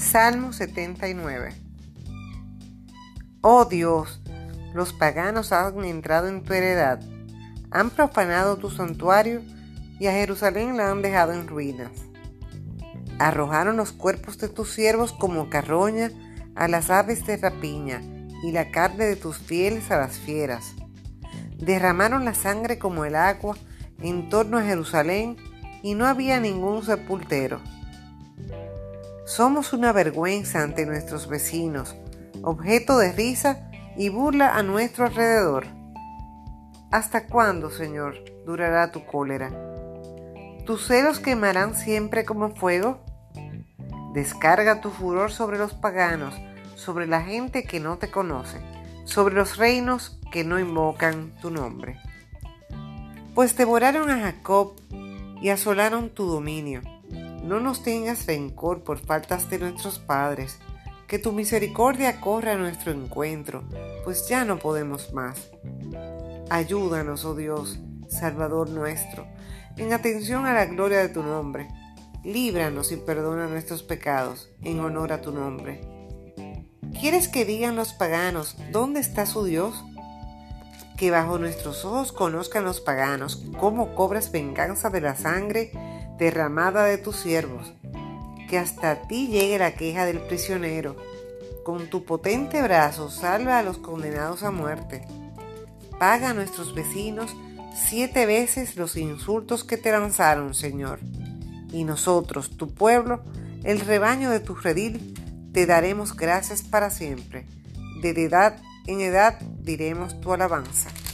Salmo 79. Oh Dios, los paganos han entrado en tu heredad, han profanado tu santuario y a Jerusalén la han dejado en ruinas. Arrojaron los cuerpos de tus siervos como carroña a las aves de rapiña y la carne de tus fieles a las fieras. Derramaron la sangre como el agua en torno a Jerusalén y no había ningún sepultero. Somos una vergüenza ante nuestros vecinos, objeto de risa y burla a nuestro alrededor. ¿Hasta cuándo, Señor, durará tu cólera? ¿Tus celos quemarán siempre como fuego? Descarga tu furor sobre los paganos, sobre la gente que no te conoce, sobre los reinos que no invocan tu nombre. Pues devoraron a Jacob y asolaron tu dominio. No nos tengas rencor por faltas de nuestros padres, que tu misericordia corra a nuestro encuentro, pues ya no podemos más. Ayúdanos, oh Dios, Salvador nuestro, en atención a la gloria de tu nombre. Líbranos y perdona nuestros pecados, en honor a tu nombre. ¿Quieres que digan los paganos dónde está su Dios? Que bajo nuestros ojos conozcan los paganos cómo cobras venganza de la sangre derramada de tus siervos. Que hasta ti llegue la queja del prisionero. Con tu potente brazo salva a los condenados a muerte. Paga a nuestros vecinos 7 veces los insultos que te lanzaron, Señor. Y nosotros, tu pueblo, el rebaño de tu redil, te daremos gracias para siempre. De edad en edad diremos tu alabanza.